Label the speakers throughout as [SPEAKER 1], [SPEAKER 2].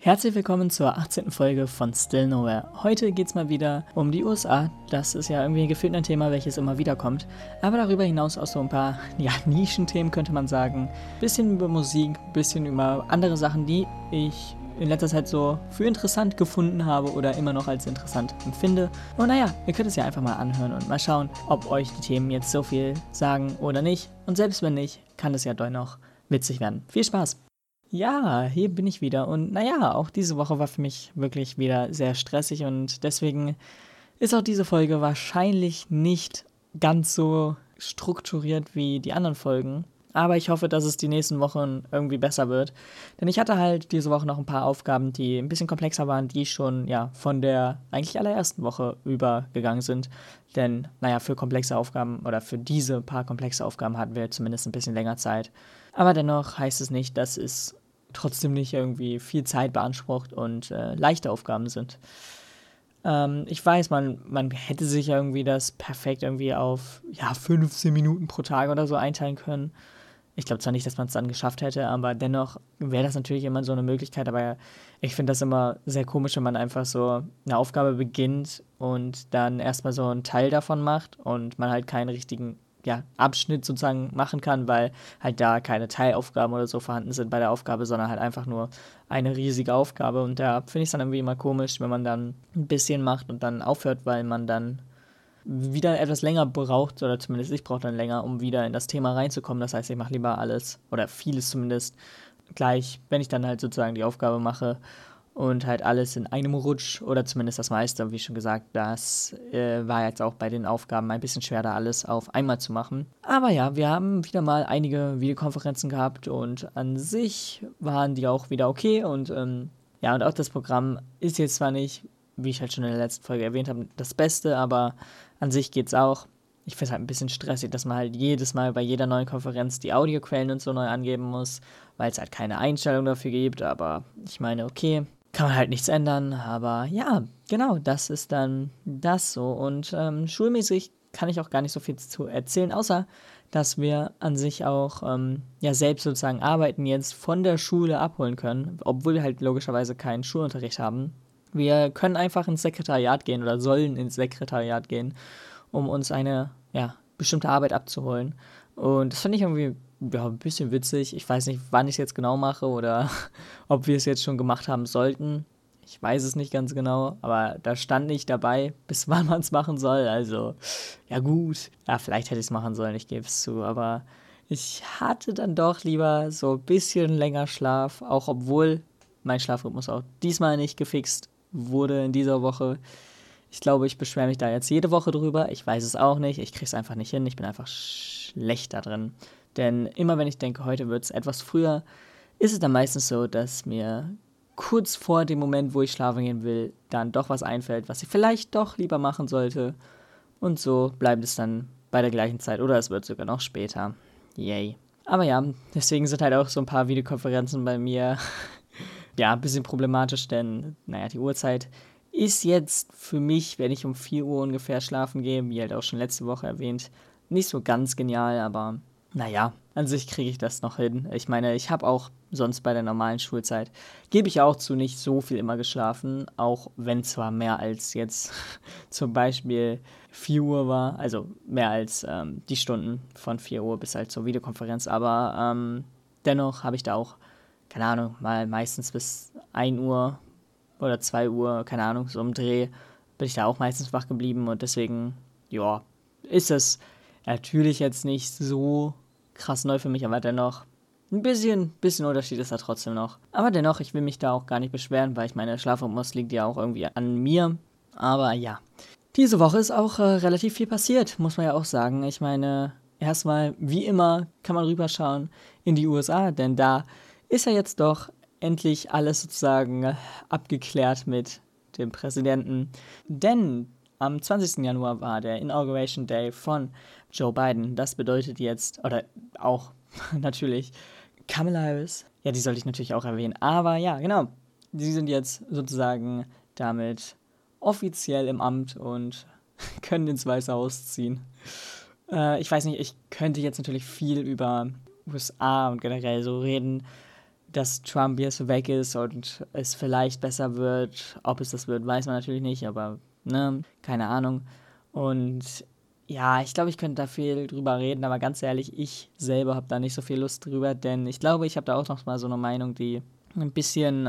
[SPEAKER 1] Herzlich willkommen zur 18. Folge von Still Nowhere. Heute geht's mal wieder um die USA. Das ist ja irgendwie gefühlt ein Thema, welches immer wieder kommt. Aber darüber hinaus auch so ein paar Nischenthemen, könnte man sagen. Bisschen über Musik, bisschen über andere Sachen, die ich in letzter Zeit so für interessant gefunden habe oder immer noch als interessant empfinde. Und naja, ihr könnt es ja einfach mal anhören und mal schauen, ob euch die Themen jetzt so viel sagen oder nicht. Und selbst wenn nicht, kann es ja doch noch witzig werden. Viel Spaß! Ja, hier bin ich wieder und naja, auch diese Woche war für mich wirklich wieder sehr stressig und deswegen ist auch diese Folge wahrscheinlich nicht ganz so strukturiert wie die anderen Folgen. Aber ich hoffe, dass es die nächsten Wochen irgendwie besser wird. Denn ich hatte halt diese Woche noch ein paar Aufgaben, die ein bisschen komplexer waren, die schon von der eigentlich allerersten Woche übergegangen sind. Denn naja, für komplexe Aufgaben oder für diese paar komplexe Aufgaben hatten wir zumindest ein bisschen länger Zeit. Aber dennoch heißt es nicht, dass es trotzdem nicht irgendwie viel Zeit beansprucht und leichte Aufgaben sind. Ich weiß, man hätte sich irgendwie das perfekt irgendwie auf 15 Minuten pro Tag oder so einteilen können. Ich glaube zwar nicht, dass man es dann geschafft hätte, aber dennoch wäre das natürlich immer so eine Möglichkeit. Aber ich finde das immer sehr komisch, wenn man einfach so eine Aufgabe beginnt und dann erstmal so einen Teil davon macht und man halt keinen richtigen Abschnitt sozusagen machen kann, weil halt da keine Teilaufgaben oder so vorhanden sind bei der Aufgabe, sondern halt einfach nur eine riesige Aufgabe. Und da finde ich es dann irgendwie immer komisch, wenn man dann ein bisschen macht und dann aufhört, weil man dann wieder etwas länger braucht, oder zumindest ich brauche dann länger, um wieder in das Thema reinzukommen. Das heißt, ich mache lieber alles, oder vieles zumindest, gleich, wenn ich dann halt sozusagen die Aufgabe mache und halt alles in einem Rutsch, oder zumindest das meiste, wie schon gesagt, das war jetzt auch bei den Aufgaben ein bisschen schwer, da alles auf einmal zu machen. Aber ja, wir haben wieder mal einige Videokonferenzen gehabt und an sich waren die auch wieder okay und und auch das Programm ist jetzt zwar nicht, wie ich halt schon in der letzten Folge erwähnt habe, das Beste, aber an sich geht's auch. Ich finde es halt ein bisschen stressig, dass man halt jedes Mal bei jeder neuen Konferenz die Audioquellen und so neu angeben muss, weil es halt keine Einstellung dafür gibt, aber ich meine, okay, kann man halt nichts ändern, aber ja, genau, das ist dann das so. Und schulmäßig kann ich auch gar nicht so viel zu erzählen, außer dass wir an sich auch selbst sozusagen Arbeiten jetzt von der Schule abholen können, obwohl wir halt logischerweise keinen Schulunterricht haben. Wir können einfach ins Sekretariat gehen oder sollen ins Sekretariat gehen, um uns eine bestimmte Arbeit abzuholen. Und das fand ich irgendwie ein bisschen witzig. Ich weiß nicht, wann ich es jetzt genau mache oder ob wir es jetzt schon gemacht haben sollten. Ich weiß es nicht ganz genau, aber da stand nicht dabei, bis wann man es machen soll. Also, ja gut. Ja, vielleicht hätte ich es machen sollen, ich gebe es zu. Aber ich hatte dann doch lieber so ein bisschen länger Schlaf, auch obwohl mein Schlafrhythmus auch diesmal nicht gefixt wurde in dieser Woche. Ich glaube, ich beschwere mich da jetzt jede Woche drüber. Ich weiß es auch nicht. Ich kriege es einfach nicht hin. Ich bin einfach schlecht da drin. Denn immer wenn ich denke, heute wird es etwas früher, ist es dann meistens so, dass mir kurz vor dem Moment, wo ich schlafen gehen will, dann doch was einfällt, was ich vielleicht doch lieber machen sollte. Und so bleibt es dann bei der gleichen Zeit oder es wird sogar noch später. Yay. Aber ja, deswegen sind halt auch so ein paar Videokonferenzen bei mir ein bisschen problematisch, denn die Uhrzeit ist jetzt für mich, wenn ich um 4 Uhr ungefähr schlafen gehe, wie halt auch schon letzte Woche erwähnt, nicht so ganz genial, aber an sich kriege ich das noch hin. Ich meine, ich habe auch sonst bei der normalen Schulzeit, gebe ich auch zu, nicht so viel immer geschlafen, auch wenn zwar mehr als jetzt zum Beispiel 4 Uhr war, also mehr als die Stunden von 4 Uhr bis halt zur Videokonferenz, aber dennoch habe ich da auch, keine Ahnung, mal meistens bis 1 Uhr oder 2 Uhr, keine Ahnung, so im Dreh, bin ich da auch meistens wach geblieben und deswegen, ist es natürlich jetzt nicht so krass neu für mich, aber dennoch ein bisschen Unterschied ist da trotzdem noch. Aber dennoch, ich will mich da auch gar nicht beschweren, weil ich meine, Schlafrhythmus liegt ja auch irgendwie an mir. Aber ja, diese Woche ist auch relativ viel passiert, muss man ja auch sagen. Ich meine, erstmal, wie immer, kann man rüberschauen in die USA, denn da ist ja jetzt doch endlich alles sozusagen abgeklärt mit dem Präsidenten. Denn am 20. Januar war der Inauguration Day von Joe Biden. Das bedeutet jetzt, oder auch natürlich Kamala Harris. Ja, die sollte ich natürlich auch erwähnen. Aber ja, genau. Sie sind jetzt sozusagen damit offiziell im Amt und können ins Weiße Haus ziehen. Ich weiß nicht, ich könnte jetzt natürlich viel über USA und generell so reden. dass Trump jetzt weg ist und es vielleicht besser wird. Ob es das wird, weiß man natürlich nicht, aber ne, keine Ahnung. Und ja, ich glaube, ich könnte da viel drüber reden, aber ganz ehrlich, ich selber habe da nicht so viel Lust drüber, denn ich glaube, ich habe da auch noch mal so eine Meinung, die ein bisschen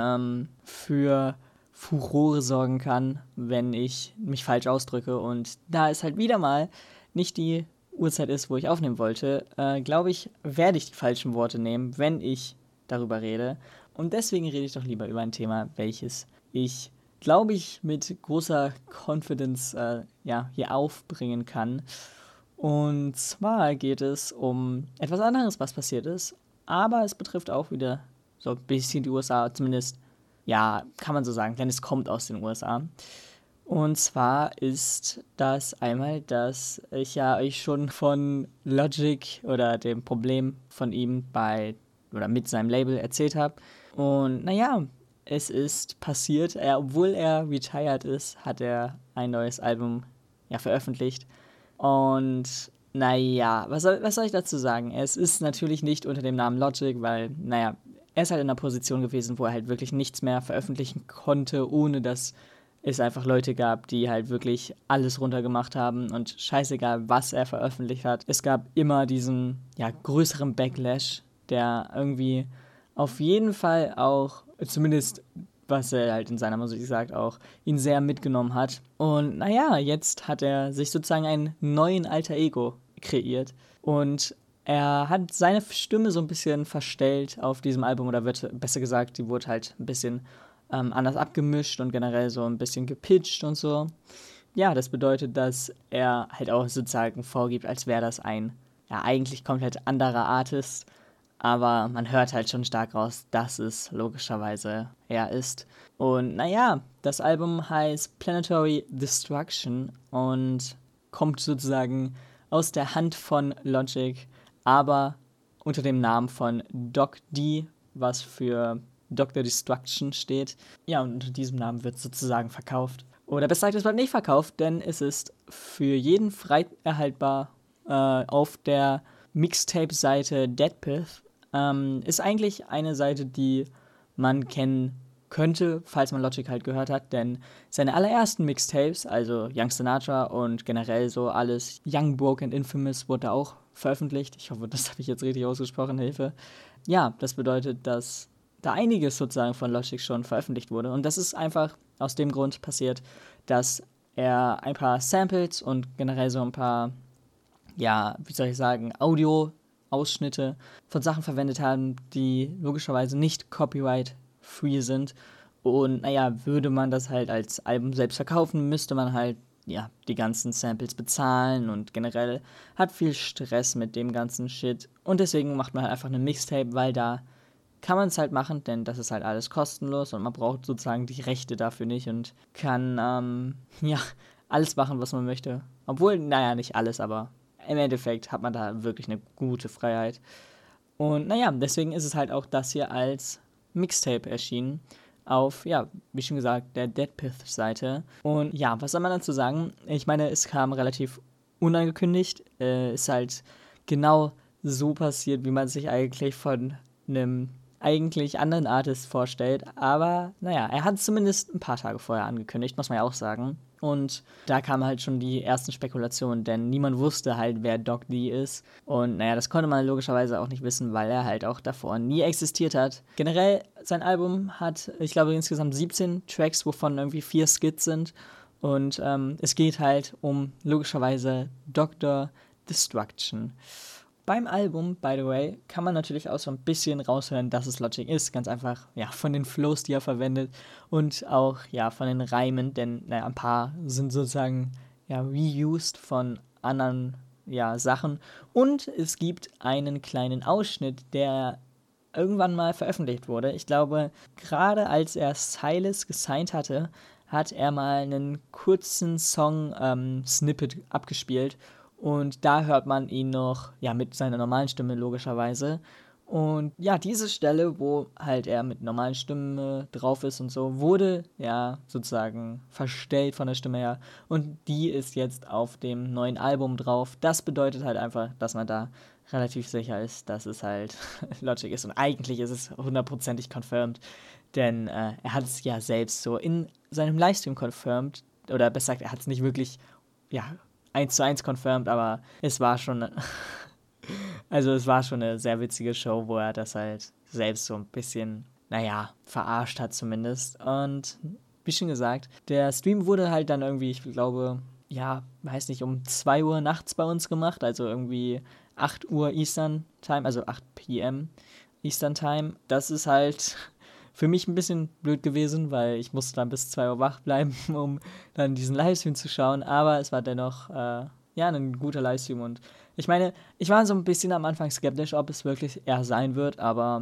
[SPEAKER 1] für Furore sorgen kann, wenn ich mich falsch ausdrücke. Und da es halt wieder mal nicht die Uhrzeit ist, wo ich aufnehmen wollte, glaube ich, werde ich die falschen Worte nehmen, wenn ich darüber rede. Und deswegen rede ich doch lieber über ein Thema, welches ich, glaube ich, mit großer Confidence hier aufbringen kann. Und zwar geht es um etwas anderes, was passiert ist, aber es betrifft auch wieder so ein bisschen die USA, zumindest, ja, kann man so sagen, denn es kommt aus den USA. Und zwar ist das einmal, dass ich ja euch schon von Logic oder dem Problem von ihm mit seinem Label erzählt habe. Und naja, es ist passiert, obwohl er retired ist, hat er ein neues Album veröffentlicht. Und naja, was soll ich dazu sagen? Es ist natürlich nicht unter dem Namen Logic, weil, naja, er ist halt in einer Position gewesen, wo er halt wirklich nichts mehr veröffentlichen konnte, ohne dass es einfach Leute gab, die halt wirklich alles runtergemacht haben und scheißegal, was er veröffentlicht hat. Es gab immer diesen, größeren Backlash, der irgendwie auf jeden Fall auch, zumindest was er halt in seiner Musik sagt, auch ihn sehr mitgenommen hat. Und naja, jetzt hat er sich sozusagen einen neuen Alter Ego kreiert und er hat seine Stimme so ein bisschen verstellt auf diesem Album, oder wird besser gesagt, die wurde halt ein bisschen anders abgemischt und generell so ein bisschen gepitcht und so. Ja, das bedeutet, dass er halt auch sozusagen vorgibt, als wäre das ein eigentlich komplett anderer Artist, aber man hört halt schon stark raus, dass es logischerweise er ist. Und naja, das Album heißt Planetary Destruction und kommt sozusagen aus der Hand von Logic, aber unter dem Namen von Doc D, was für Dr. Destruction steht. Ja, und unter diesem Namen wird es sozusagen verkauft. Oder besser gesagt, es wird nicht verkauft, denn es ist für jeden frei erhaltbar auf der Mixtape-Seite Deadpith. Ist eigentlich eine Seite, die man kennen könnte, falls man Logic halt gehört hat, denn seine allerersten Mixtapes, also Young Sinatra und generell so alles, Young, Broke and Infamous wurde auch veröffentlicht. Ich hoffe, das habe ich jetzt richtig ausgesprochen, Hilfe. Ja, das bedeutet, dass da einiges sozusagen von Logic schon veröffentlicht wurde. Und das ist einfach aus dem Grund passiert, dass er ein paar Samples und generell so ein paar, Audio-Ausschnitte von Sachen verwendet haben, die logischerweise nicht copyright-free sind. Und würde man das halt als Album selbst verkaufen, müsste man halt die ganzen Samples bezahlen und generell hat viel Stress mit dem ganzen Shit. Und deswegen macht man halt einfach eine Mixtape, weil da kann man es halt machen, denn das ist halt alles kostenlos und man braucht sozusagen die Rechte dafür nicht und kann, alles machen, was man möchte. Obwohl, nicht alles, aber im Endeffekt hat man da wirklich eine gute Freiheit. Und deswegen ist es halt auch das hier als Mixtape erschienen auf, wie schon gesagt, der Deadpith-Seite. Und was soll man dazu sagen? Ich meine, es kam relativ unangekündigt. Ist halt genau so passiert, wie man sich eigentlich von einem eigentlich anderen Artist vorstellt, aber er hat es zumindest ein paar Tage vorher angekündigt, muss man ja auch sagen. Und da kamen halt schon die ersten Spekulationen, denn niemand wusste halt, wer Doc D ist. Und das konnte man logischerweise auch nicht wissen, weil er halt auch davor nie existiert hat. Generell, sein Album hat, ich glaube, insgesamt 17 Tracks, wovon irgendwie 4 Skits sind. Und es geht halt um, logischerweise, Dr. Destruction. Beim Album, by the way, kann man natürlich auch so ein bisschen raushören, dass es Logic ist. Ganz einfach, von den Flows, die er verwendet und auch, von den Reimen, denn, ein paar sind sozusagen, reused von anderen, Sachen. Und es gibt einen kleinen Ausschnitt, der irgendwann mal veröffentlicht wurde. Ich glaube, gerade als er Silas gesigned hatte, hat er mal einen kurzen Song-Snippet abgespielt. Und da hört man ihn noch, mit seiner normalen Stimme logischerweise. Und diese Stelle, wo halt er mit normalen Stimme drauf ist und so, wurde sozusagen verstellt von der Stimme her. Und die ist jetzt auf dem neuen Album drauf. Das bedeutet halt einfach, dass man da relativ sicher ist, dass es halt Logic ist. Und eigentlich ist es hundertprozentig confirmed, denn er hat es ja selbst so in seinem Livestream confirmed, oder besser gesagt, er hat es nicht wirklich, ja, 1:1 confirmed, aber es war schon, also es war schon eine sehr witzige Show, wo er das halt selbst so ein bisschen, naja, verarscht hat zumindest. Und wie schon gesagt, der Stream wurde halt dann irgendwie, ich glaube, ja, weiß nicht, um 2 Uhr nachts bei uns gemacht, also irgendwie 8 Uhr Eastern Time, also 8 p.m. Eastern Time. Das ist halt für mich ein bisschen blöd gewesen, weil ich musste dann bis 2 Uhr wach bleiben, um dann diesen Livestream zu schauen. Aber es war dennoch, ja, ein guter Livestream. Und ich meine, ich war so ein bisschen am Anfang skeptisch, ob es wirklich er sein wird, aber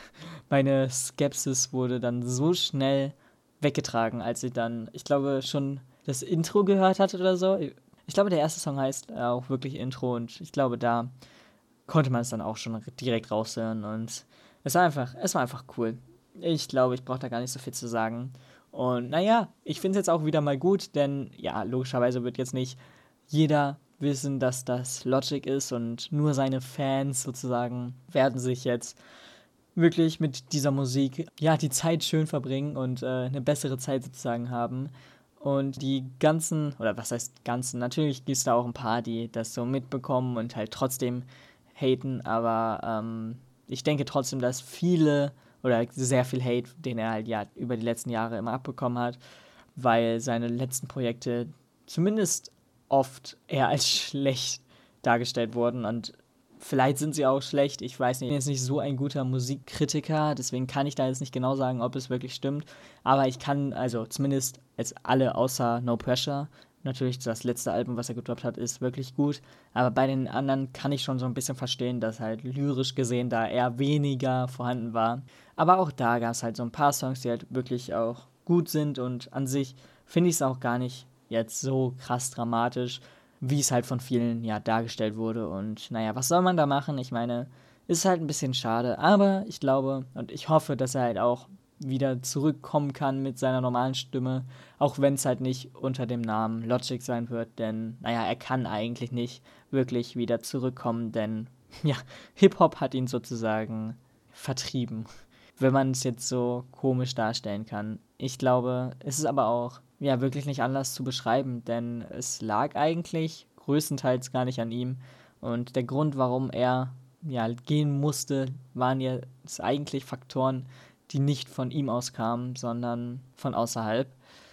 [SPEAKER 1] meine Skepsis wurde dann so schnell weggetragen, als ich dann, ich glaube, schon das Intro gehört hatte oder so. Ich glaube, der erste Song heißt auch wirklich Intro und ich glaube, da konnte man es dann auch schon direkt raushören und es war einfach cool. Ich glaube, ich brauche da gar nicht so viel zu sagen. Und naja, ich finde es jetzt auch wieder mal gut, denn ja, logischerweise wird jetzt nicht jeder wissen, dass das Logic ist und nur seine Fans sozusagen werden sich jetzt wirklich mit dieser Musik, ja, die Zeit schön verbringen und eine bessere Zeit sozusagen haben. Und die ganzen, oder was heißt ganzen, natürlich gibt es da auch ein paar, die das so mitbekommen und halt trotzdem haten, aber ich denke trotzdem, dass viele oder sehr viel Hate, den er halt ja über die letzten Jahre immer abbekommen hat, weil seine letzten Projekte zumindest oft eher als schlecht dargestellt wurden und vielleicht sind sie auch schlecht, ich weiß nicht, ich bin jetzt nicht so ein guter Musikkritiker, deswegen kann ich da jetzt nicht genau sagen, ob es wirklich stimmt, aber ich kann, also zumindest jetzt alle außer No Pressure, natürlich das letzte Album, was er gedroppt hat, ist wirklich gut, aber bei den anderen kann ich schon so ein bisschen verstehen, dass halt lyrisch gesehen da eher weniger vorhanden war, aber auch da gab es halt so ein paar Songs, die halt wirklich auch gut sind und an sich finde ich es auch gar nicht jetzt so krass dramatisch, wie es halt von vielen ja dargestellt wurde. Und naja, was soll man da machen? Ich meine, ist halt ein bisschen schade, aber ich glaube und ich hoffe, dass er halt auch wieder zurückkommen kann mit seiner normalen Stimme, auch wenn es halt nicht unter dem Namen Logic sein wird, denn naja, er kann eigentlich nicht wirklich wieder zurückkommen, denn ja, Hip-Hop hat ihn sozusagen vertrieben, wenn man es jetzt so komisch darstellen kann. Ich glaube, es ist aber auch ja wirklich nicht anders zu beschreiben, denn es lag eigentlich größtenteils gar nicht an ihm. Und der Grund, warum er ja gehen musste, waren jetzt eigentlich Faktoren, die nicht von ihm auskamen, sondern von außerhalb.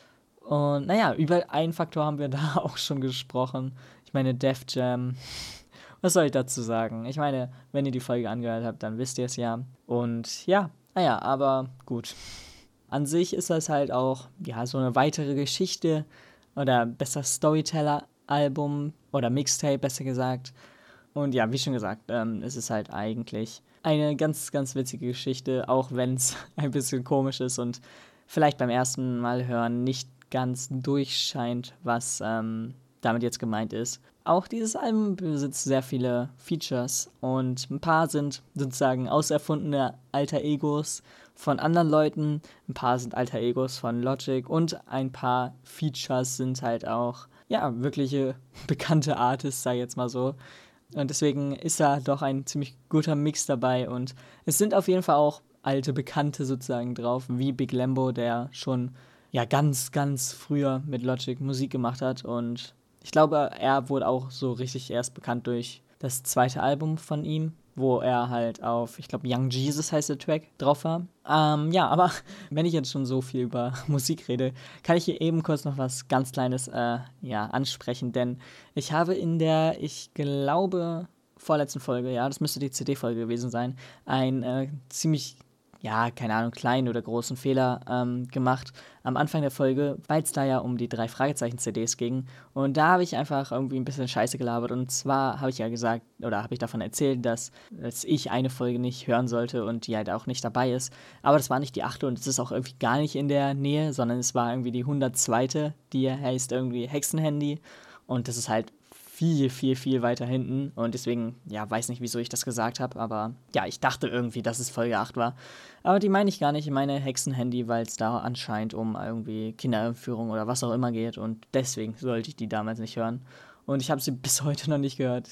[SPEAKER 1] Und naja, über einen Faktor haben wir da auch schon gesprochen. Ich meine, Def Jam. Was soll ich dazu sagen? Ich meine, wenn ihr die Folge angehört habt, dann wisst ihr es ja. Und ja, naja, aber gut. An sich ist das halt auch, ja, so eine weitere Geschichte oder besser Storyteller-Album oder Mixtape, besser gesagt. Und ja, wie schon gesagt, es ist halt eigentlich eine ganz, ganz witzige Geschichte, auch wenn es ein bisschen komisch ist und vielleicht beim ersten Mal hören nicht ganz durchscheint, was damit jetzt gemeint ist. Auch dieses Album besitzt sehr viele Features und ein paar sind sozusagen auserfundene Alter Egos von anderen Leuten, ein paar sind Alter Egos von Logic und ein paar Features sind halt auch, ja, wirkliche bekannte Artists, sag ich jetzt mal so. Und deswegen ist da doch ein ziemlich guter Mix dabei und es sind auf jeden Fall auch alte Bekannte sozusagen drauf, wie Big Lambo, der schon ja ganz, ganz früher mit Logic Musik gemacht hat und ich glaube, er wurde auch so richtig erst bekannt durch das zweite Album von ihm, wo er halt auf, ich glaube, Young Jesus heißt der Track, drauf war. Ja, aber wenn ich jetzt schon so viel über Musik rede, kann ich hier eben kurz noch was ganz Kleines ja, ansprechen, denn ich habe in der, ich glaube, vorletzten Folge, ja, das müsste die CD-Folge gewesen sein, ein ziemlich ja, keine Ahnung, kleinen oder großen Fehler gemacht am Anfang der Folge, weil es da ja um die 3 Fragezeichen-CDs ging. Und da habe ich einfach irgendwie ein bisschen Scheiße gelabert. Und zwar habe ich ja gesagt, oder habe ich davon erzählt, dass ich eine Folge nicht hören sollte und die halt auch nicht dabei ist. Aber das war nicht die 8. und es ist auch irgendwie gar nicht in der Nähe, sondern es war irgendwie die 102. Die heißt irgendwie Hexenhandy. Und das ist halt viel, viel, viel weiter hinten und deswegen, ja, weiß nicht, wieso ich das gesagt habe, aber ja, ich dachte irgendwie, dass es Folge 8 war. Aber die meine ich gar nicht, ich meine Hexenhandy, weil es da anscheinend um irgendwie Kinderentführung oder was auch immer geht und deswegen sollte ich die damals nicht hören. Und ich habe sie bis heute noch nicht gehört.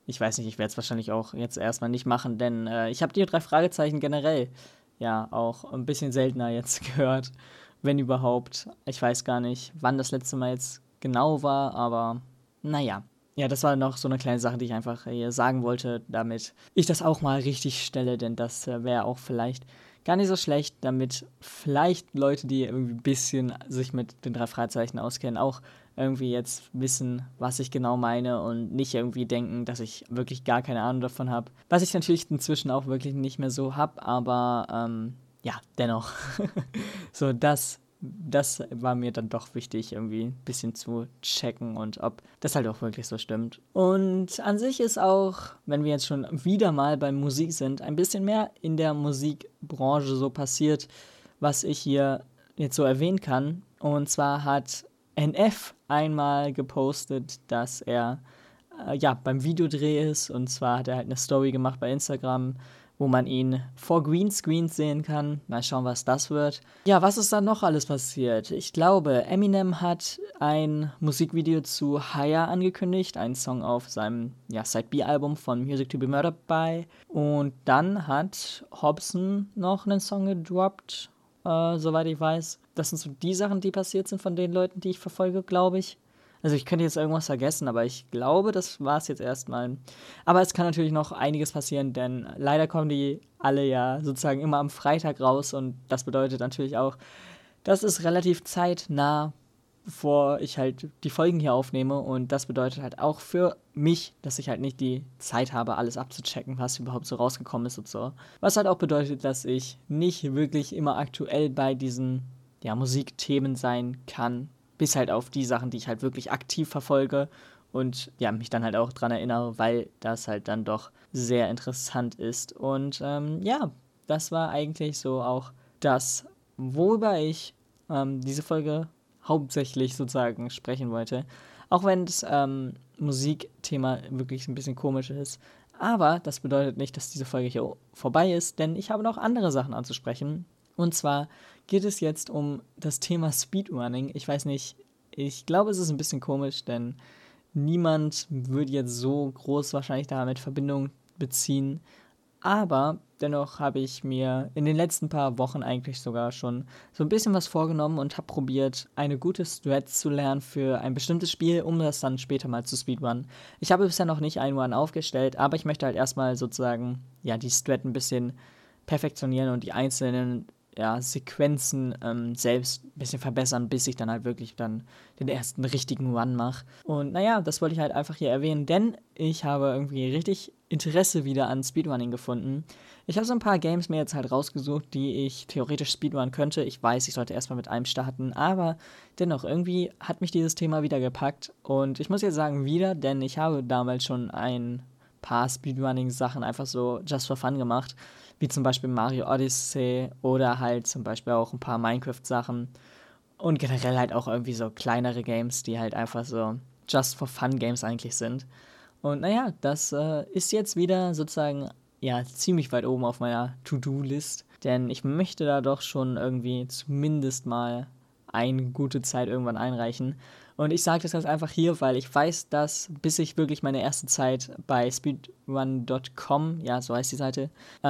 [SPEAKER 1] ich weiß nicht, ich werde es wahrscheinlich auch jetzt erstmal nicht machen, denn ich habe die 3 Fragezeichen generell ja auch ein bisschen seltener jetzt gehört, wenn überhaupt. Ich weiß gar nicht, wann das letzte Mal jetzt genau war, aber naja. Ja, das war noch so eine kleine Sache, die ich einfach hier sagen wollte, damit ich das auch mal richtig stelle, denn das wäre auch vielleicht gar nicht so schlecht, damit vielleicht Leute, die irgendwie ein bisschen sich mit den 3 Fragezeichen auskennen, auch irgendwie jetzt wissen, was ich genau meine und nicht irgendwie denken, dass ich wirklich gar keine Ahnung davon habe. Was ich natürlich inzwischen auch wirklich nicht mehr so habe, aber ja, dennoch. So, das war mir dann doch wichtig, irgendwie ein bisschen zu checken und ob das halt auch wirklich so stimmt. Und an sich ist auch, wenn wir jetzt schon wieder mal bei Musik sind, ein bisschen mehr in der Musikbranche so passiert, was ich hier jetzt so erwähnen kann. Und zwar hat NF einmal gepostet, dass er ja beim Videodreh ist. Und zwar hat er halt eine Story gemacht bei Instagram, wo man ihn vor Greenscreens sehen kann. Mal schauen, was das wird. Ja, was ist dann noch alles passiert? Ich glaube, Eminem hat ein Musikvideo zu Higher angekündigt, einen Song auf seinem Side-B-Album von Music to be Murdered by. Und dann hat Hobson noch einen Song gedroppt, soweit ich weiß. Das sind so die Sachen, die passiert sind von den Leuten, die ich verfolge, glaube ich. Also ich könnte jetzt irgendwas vergessen, aber ich glaube, das war es jetzt erstmal. Aber es kann natürlich noch einiges passieren, denn leider kommen die alle ja sozusagen immer am Freitag raus und das bedeutet natürlich auch, das ist relativ zeitnah, bevor ich halt die Folgen hier aufnehme und das bedeutet halt auch für mich, dass ich halt nicht die Zeit habe, alles abzuchecken, was überhaupt so rausgekommen ist und so. Was halt auch bedeutet, dass ich nicht wirklich immer aktuell bei diesen Musikthemen sein kann, bis halt auf die Sachen, die ich halt wirklich aktiv verfolge und ja, mich dann halt auch dran erinnere, weil das halt dann doch sehr interessant ist. Und ja, das war eigentlich so auch das, worüber ich diese Folge hauptsächlich sozusagen sprechen wollte. Auch wenn das Musikthema wirklich ein bisschen komisch ist. Aber das bedeutet nicht, dass diese Folge hier vorbei ist, denn ich habe noch andere Sachen anzusprechen. Und zwar geht es jetzt um das Thema Speedrunning. Ich weiß nicht, ich glaube, es ist ein bisschen komisch, denn niemand würde jetzt so groß wahrscheinlich damit Verbindung beziehen. Aber dennoch habe ich mir in den letzten paar Wochen eigentlich sogar schon so ein bisschen was vorgenommen und habe probiert, eine gute Strat zu lernen für ein bestimmtes Spiel, um das dann später mal zu speedrunnen. Ich habe bisher noch nicht einen Run aufgestellt, aber ich möchte halt erstmal sozusagen die Strat ein bisschen perfektionieren und die einzelnen Sequenzen selbst ein bisschen verbessern, bis ich dann halt wirklich dann den ersten richtigen Run mache. Und naja, das wollte ich halt einfach hier erwähnen, denn ich habe irgendwie richtig Interesse wieder an Speedrunning gefunden. Ich habe so ein paar Games mir jetzt halt rausgesucht, die ich theoretisch speedrunnen könnte. Ich weiß, ich sollte erstmal mit einem starten, aber dennoch, irgendwie hat mich dieses Thema wieder gepackt. Und ich muss jetzt sagen, wieder, denn ich habe damals schon ein paar Speedrunning-Sachen einfach so just for fun gemacht, wie zum Beispiel Mario Odyssey oder halt zum Beispiel auch ein paar Minecraft-Sachen und generell halt auch irgendwie so kleinere Games, die halt einfach so just for fun Games eigentlich sind. Und naja, das ist jetzt wieder sozusagen ziemlich weit oben auf meiner To-Do-List, denn ich möchte da doch schon irgendwie zumindest mal eine gute Zeit irgendwann einreichen. Und ich sage das ganz einfach hier, weil ich weiß, dass bis ich wirklich meine erste Zeit bei speedrun.com, ja, so heißt die Seite,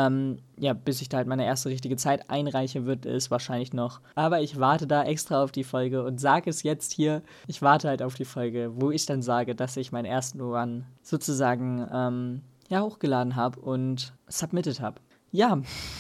[SPEAKER 1] bis ich da halt meine erste richtige Zeit einreiche, wird es wahrscheinlich noch. Aber ich warte da extra auf die Folge und sage es jetzt hier, ich warte halt auf die Folge, wo ich dann sage, dass ich meinen ersten Run sozusagen, hochgeladen habe und submitted habe. Ja,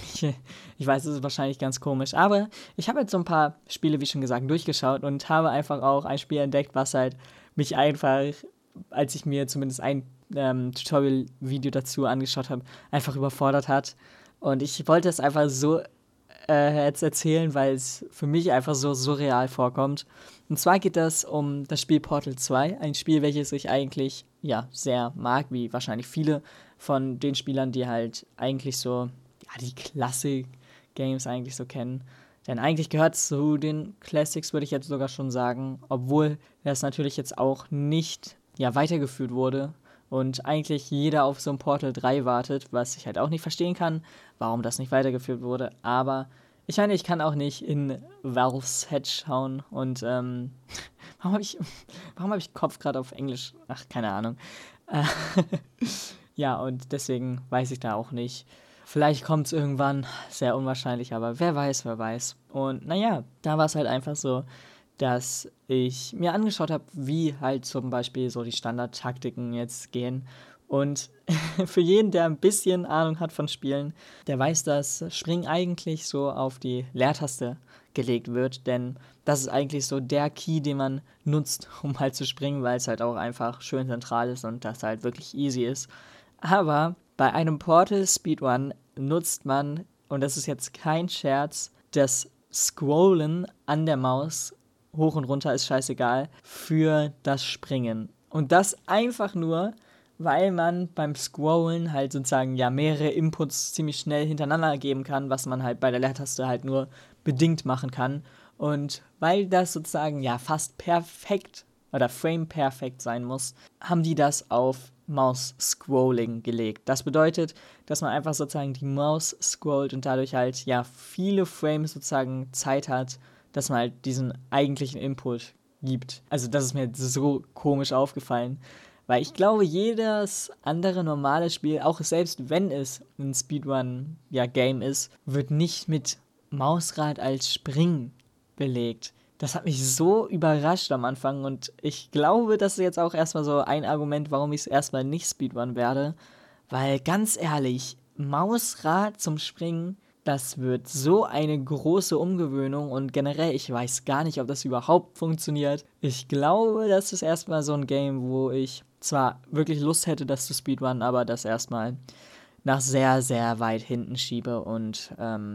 [SPEAKER 1] ich weiß, es ist wahrscheinlich ganz komisch, aber ich habe jetzt so ein paar Spiele, wie schon gesagt, durchgeschaut und habe einfach auch ein Spiel entdeckt, was halt mich einfach, als ich mir zumindest ein Tutorial-Video dazu angeschaut habe, einfach überfordert hat. Und ich wollte es einfach so jetzt erzählen, weil es für mich einfach so surreal vorkommt. Und zwar geht es um das Spiel Portal 2, ein Spiel, welches ich eigentlich sehr mag, wie wahrscheinlich viele von den Spielern, die halt eigentlich so die Classic-Games eigentlich so kennen. Denn eigentlich gehört es zu den Classics, würde ich jetzt sogar schon sagen, obwohl das natürlich jetzt auch nicht weitergeführt wurde und eigentlich jeder auf so ein Portal 3 wartet, was ich halt auch nicht verstehen kann, warum das nicht weitergeführt wurde. Aber ich meine, ich kann auch nicht in Valve's Head schauen und warum hab ich Kopf gerade auf Englisch? Ach, keine Ahnung. Äh, ja, und deswegen weiß ich da auch nicht. Vielleicht kommt es irgendwann, sehr unwahrscheinlich, aber wer weiß, wer weiß. Und naja, da war es halt einfach so, dass ich mir angeschaut habe, wie halt zum Beispiel so die Standardtaktiken jetzt gehen. Und für jeden, der ein bisschen Ahnung hat von Spielen, der weiß, dass Springen eigentlich so auf die Leertaste gelegt wird, denn das ist eigentlich so der Key, den man nutzt, um halt zu springen, weil es halt auch einfach schön zentral ist und das halt wirklich easy ist. Aber bei einem Portal Speedrun nutzt man, und das ist jetzt kein Scherz, das Scrollen an der Maus, hoch und runter ist scheißegal, für das Springen. Und das einfach nur, weil man beim Scrollen halt sozusagen ja mehrere Inputs ziemlich schnell hintereinander geben kann, was man halt bei der Leertaste halt nur bedingt machen kann. Und weil das sozusagen ja fast perfekt oder frame-perfekt sein muss, haben die das auf Maus-Scrolling gelegt. Das bedeutet, dass man einfach sozusagen die Maus scrollt und dadurch halt ja viele Frames sozusagen Zeit hat, dass man halt diesen eigentlichen Input gibt. Also das ist mir so komisch aufgefallen. Weil ich glaube, jedes andere normale Spiel, auch selbst wenn es ein Speedrun-Game ist, wird nicht mit Mausrad als Springen belegt. Das hat mich so überrascht am Anfang und ich glaube, das ist jetzt auch erstmal so ein Argument, warum ich es erstmal nicht Speedrun werde. Weil ganz ehrlich, Mausrad zum Springen, das wird so eine große Umgewöhnung und generell, ich weiß gar nicht, ob das überhaupt funktioniert. Ich glaube, das ist erstmal so ein Game, wo ich zwar wirklich Lust hätte, das zu speedrunnen, aber das erstmal nach sehr, sehr weit hinten schiebe und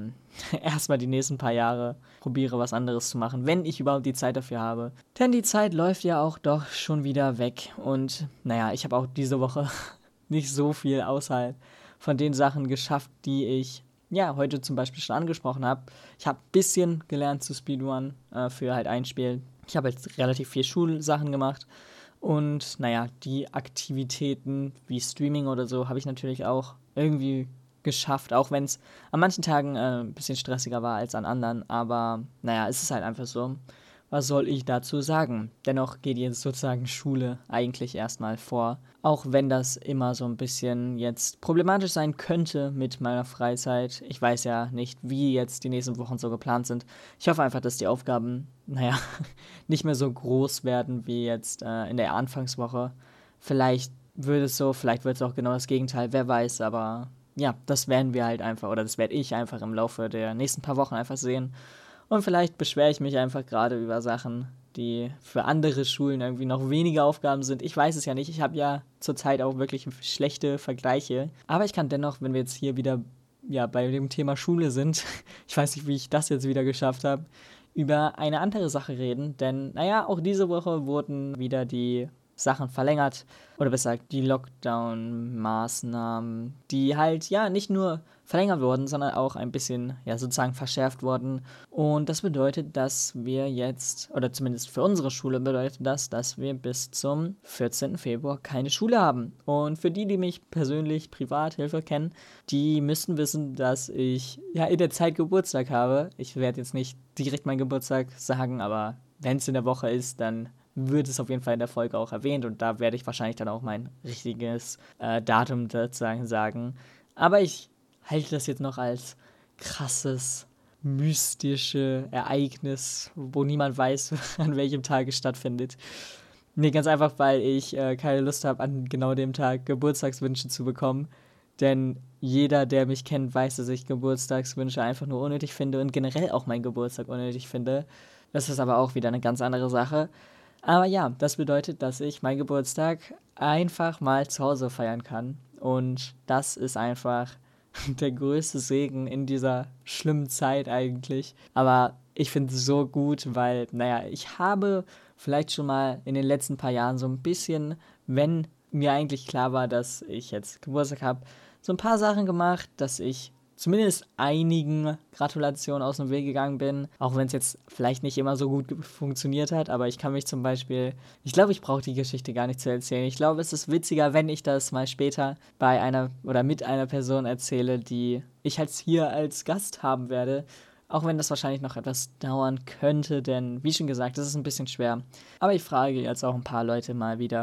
[SPEAKER 1] erstmal die nächsten paar Jahre probiere, was anderes zu machen, wenn ich überhaupt die Zeit dafür habe. Denn die Zeit läuft ja auch doch schon wieder weg und naja, ich habe auch diese Woche nicht so viel außerhalb von den Sachen geschafft, die ich ja heute zum Beispiel schon angesprochen habe. Ich habe ein bisschen gelernt zu Speedrun für halt ein Spiel. Ich habe jetzt relativ viel Schulsachen gemacht und naja, die Aktivitäten wie Streaming oder so habe ich natürlich auch irgendwie geschafft, auch wenn es an manchen Tagen ein bisschen stressiger war als an anderen. Aber naja, es ist halt einfach so. Was soll ich dazu sagen? Dennoch geht jetzt sozusagen Schule eigentlich erstmal vor. Auch wenn das immer so ein bisschen jetzt problematisch sein könnte mit meiner Freizeit. Ich weiß ja nicht, wie jetzt die nächsten Wochen so geplant sind. Ich hoffe einfach, dass die Aufgaben, naja, nicht mehr so groß werden wie jetzt in der Anfangswoche. Vielleicht wird es so, vielleicht wird es auch genau das Gegenteil, wer weiß, aber ja, das werden wir halt einfach, oder das werde ich einfach im Laufe der nächsten paar Wochen einfach sehen. Und vielleicht beschwere ich mich einfach gerade über Sachen, die für andere Schulen irgendwie noch weniger Aufgaben sind. Ich weiß es ja nicht. Ich habe ja zurzeit auch wirklich schlechte Vergleiche. Aber ich kann dennoch, wenn wir jetzt hier wieder ja, bei dem Thema Schule sind, ich weiß nicht, wie ich das jetzt wieder geschafft habe, über eine andere Sache reden. Denn, naja, auch diese Woche wurden wieder die Sachen verlängert. Oder besser gesagt, die Lockdown-Maßnahmen, die halt, ja, nicht nur verlängert wurden, sondern auch ein bisschen, ja, sozusagen verschärft wurden. Und das bedeutet, dass wir jetzt, oder zumindest für unsere Schule bedeutet das, dass wir bis zum 14. Februar keine Schule haben. Und für die, die mich persönlich Privathilfe kennen, die müssten wissen, dass ich, ja, in der Zeit Geburtstag habe. Ich werde jetzt nicht direkt meinen Geburtstag sagen, aber wenn es in der Woche ist, dann wird es auf jeden Fall in der Folge auch erwähnt und da werde ich wahrscheinlich dann auch mein richtiges Datum sozusagen sagen. Aber ich halte das jetzt noch als krasses, mystische Ereignis, wo niemand weiß, an welchem Tag es stattfindet. Nee, ganz einfach, weil ich keine Lust habe, an genau dem Tag Geburtstagswünsche zu bekommen. Denn jeder, der mich kennt, weiß, dass ich Geburtstagswünsche einfach nur unnötig finde und generell auch meinen Geburtstag unnötig finde. Das ist aber auch wieder eine ganz andere Sache. Aber ja, das bedeutet, dass ich meinen Geburtstag einfach mal zu Hause feiern kann. Und das ist einfach der größte Segen in dieser schlimmen Zeit eigentlich. Aber ich finde es so gut, weil, naja, ich habe vielleicht schon mal in den letzten paar Jahren so ein bisschen, wenn mir eigentlich klar war, dass ich jetzt Geburtstag habe, so ein paar Sachen gemacht, dass ich zumindest einigen Gratulationen aus dem Weg gegangen bin, auch wenn es jetzt vielleicht nicht immer so gut funktioniert hat, aber ich kann mich zum Beispiel, ich glaube, ich brauche die Geschichte gar nicht zu erzählen. Ich glaube, es ist witziger, wenn ich das mal später bei einer oder mit einer Person erzähle, die ich jetzt hier als Gast haben werde, auch wenn das wahrscheinlich noch etwas dauern könnte, denn wie schon gesagt, das ist ein bisschen schwer. Aber ich frage jetzt auch ein paar Leute mal wieder,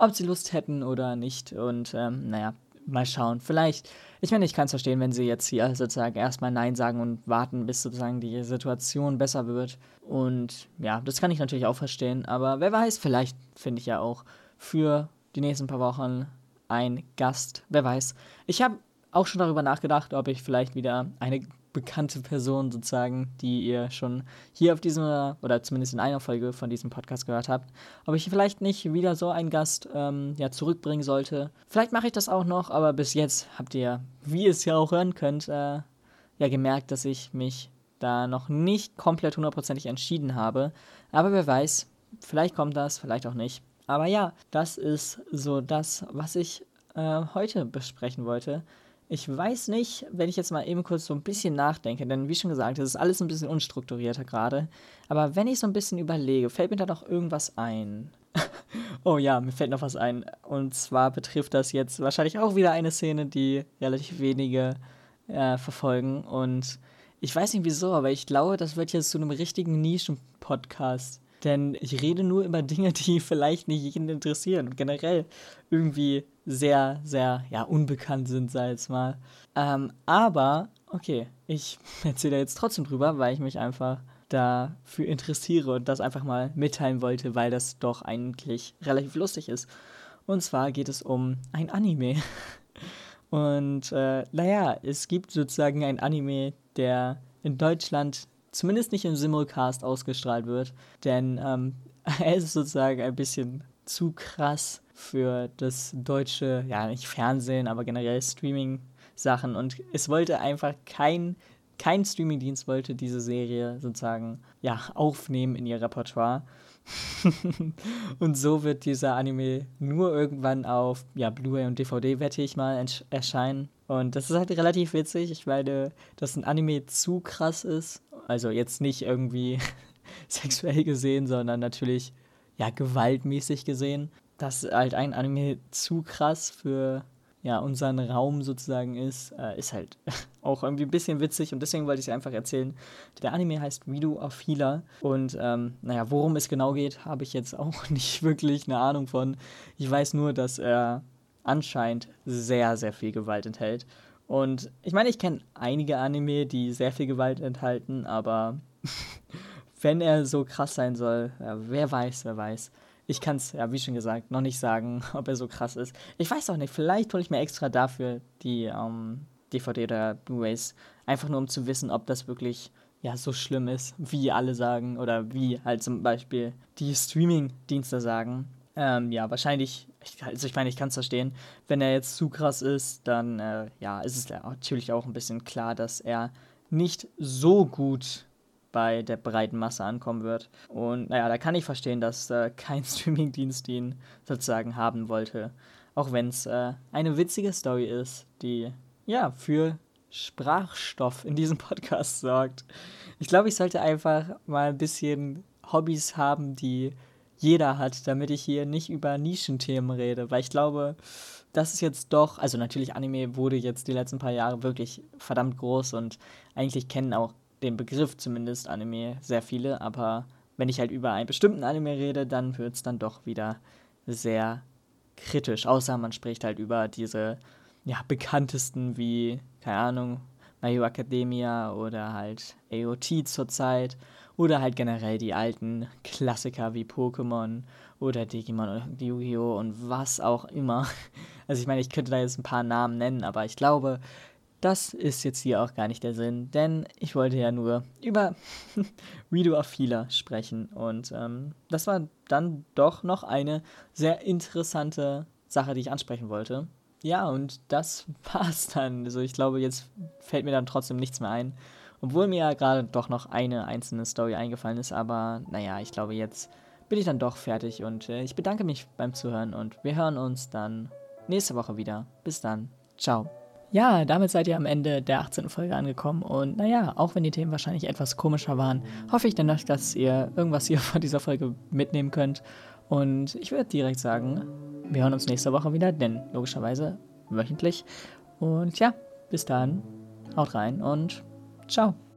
[SPEAKER 1] ob sie Lust hätten oder nicht. Und mal schauen. Vielleicht, ich meine, ich kann es verstehen, wenn sie jetzt hier sozusagen erstmal Nein sagen und warten, bis sozusagen die Situation besser wird. Und ja, das kann ich natürlich auch verstehen. Aber wer weiß, vielleicht finde ich ja auch für die nächsten paar Wochen ein Gast. Wer weiß. Ich habe auch schon darüber nachgedacht, ob ich vielleicht wieder eine bekannte Person sozusagen, die ihr schon hier auf diesem, oder zumindest in einer Folge von diesem Podcast gehört habt, ob ich vielleicht nicht wieder so einen Gast zurückbringen sollte. Vielleicht mache ich das auch noch, aber bis jetzt habt ihr, wie ihr es ja auch hören könnt, gemerkt, dass ich mich da noch nicht komplett hundertprozentig entschieden habe. Aber wer weiß, vielleicht kommt das, vielleicht auch nicht. Aber ja, das ist so das, was ich heute besprechen wollte. Ich weiß nicht, wenn ich jetzt mal eben kurz so ein bisschen nachdenke, denn wie schon gesagt, es ist alles ein bisschen unstrukturierter gerade. Aber wenn ich so ein bisschen überlege, fällt mir da noch irgendwas ein? Oh ja, mir fällt noch was ein. Und zwar betrifft das jetzt wahrscheinlich auch wieder eine Szene, die relativ wenige verfolgen. Und ich weiß nicht wieso, aber ich glaube, das wird jetzt zu einem richtigen Nischen-Podcast. Denn ich rede nur über Dinge, die vielleicht nicht jeden interessieren und generell irgendwie sehr, sehr, unbekannt sind, sag ich jetzt mal. Aber, okay, ich erzähle jetzt trotzdem drüber, weil ich mich einfach dafür interessiere und das einfach mal mitteilen wollte, weil das doch eigentlich relativ lustig ist. Und zwar geht es um ein Anime. Und es gibt sozusagen ein Anime, der in Deutschland zumindest nicht im Simulcast ausgestrahlt wird, denn er ist sozusagen ein bisschen zu krass für das deutsche, nicht Fernsehen, aber generell Streaming-Sachen und es wollte einfach kein Streamingdienst wollte diese Serie sozusagen, aufnehmen in ihr Repertoire. Und so wird dieser Anime nur irgendwann auf Blu-ray und DVD, wette ich mal, erscheinen. Und das ist halt relativ witzig. Ich meine, dass ein Anime zu krass ist. Also jetzt nicht irgendwie sexuell gesehen, sondern natürlich gewaltmäßig gesehen. Dass halt ein Anime zu krass für unseren Raum sozusagen ist halt auch irgendwie ein bisschen witzig und deswegen wollte ich es einfach erzählen. Der Anime heißt Redo of Healer und worum es genau geht, habe ich jetzt auch nicht wirklich eine Ahnung von. Ich weiß nur, dass er anscheinend sehr, sehr viel Gewalt enthält. Und ich meine, ich kenne einige Anime, die sehr viel Gewalt enthalten, aber wenn er so krass sein soll, wer weiß. Ich kann es, wie schon gesagt, noch nicht sagen, ob er so krass ist. Ich weiß auch nicht, vielleicht hole ich mir extra dafür die DVD oder Blu-rays, einfach nur um zu wissen, ob das wirklich so schlimm ist, wie alle sagen oder wie halt zum Beispiel die Streaming-Dienste sagen. Wahrscheinlich, ich meine, ich kann es verstehen, wenn er jetzt zu krass ist, dann ist es natürlich auch ein bisschen klar, dass er nicht so gut bei der breiten Masse ankommen wird. Und da kann ich verstehen, dass kein Streamingdienst ihn sozusagen haben wollte. Auch wenn es eine witzige Story ist, die für Sprachstoff in diesem Podcast sorgt. Ich glaube, ich sollte einfach mal ein bisschen Hobbys haben, die jeder hat, damit ich hier nicht über Nischenthemen rede. Weil ich glaube, das ist jetzt doch, also natürlich Anime wurde jetzt die letzten paar Jahre wirklich verdammt groß und eigentlich kennen auch den Begriff zumindest Anime sehr viele, aber wenn ich halt über einen bestimmten Anime rede, dann wird es dann doch wieder sehr kritisch, außer man spricht halt über diese bekanntesten wie, keine Ahnung, My Hero Academia oder halt AOT zurzeit oder halt generell die alten Klassiker wie Pokémon oder Digimon oder Yu-Gi-Oh! Und was auch immer. Also ich meine, ich könnte da jetzt ein paar Namen nennen, aber ich glaube, das ist jetzt hier auch gar nicht der Sinn, denn ich wollte ja nur über Redo of Healer sprechen und das war dann doch noch eine sehr interessante Sache, die ich ansprechen wollte. Ja, und das war's dann. Also ich glaube, jetzt fällt mir dann trotzdem nichts mehr ein, obwohl mir ja gerade doch noch eine einzelne Story eingefallen ist, aber ich glaube, jetzt bin ich dann doch fertig und ich bedanke mich beim Zuhören und wir hören uns dann nächste Woche wieder. Bis dann. Ciao. Ja, damit seid ihr am Ende der 18. Folge angekommen und auch wenn die Themen wahrscheinlich etwas komischer waren, hoffe ich dennoch, dass ihr irgendwas hier von dieser Folge mitnehmen könnt und ich würde direkt sagen, wir hören uns nächste Woche wieder, denn logischerweise wöchentlich und bis dann, haut rein und ciao.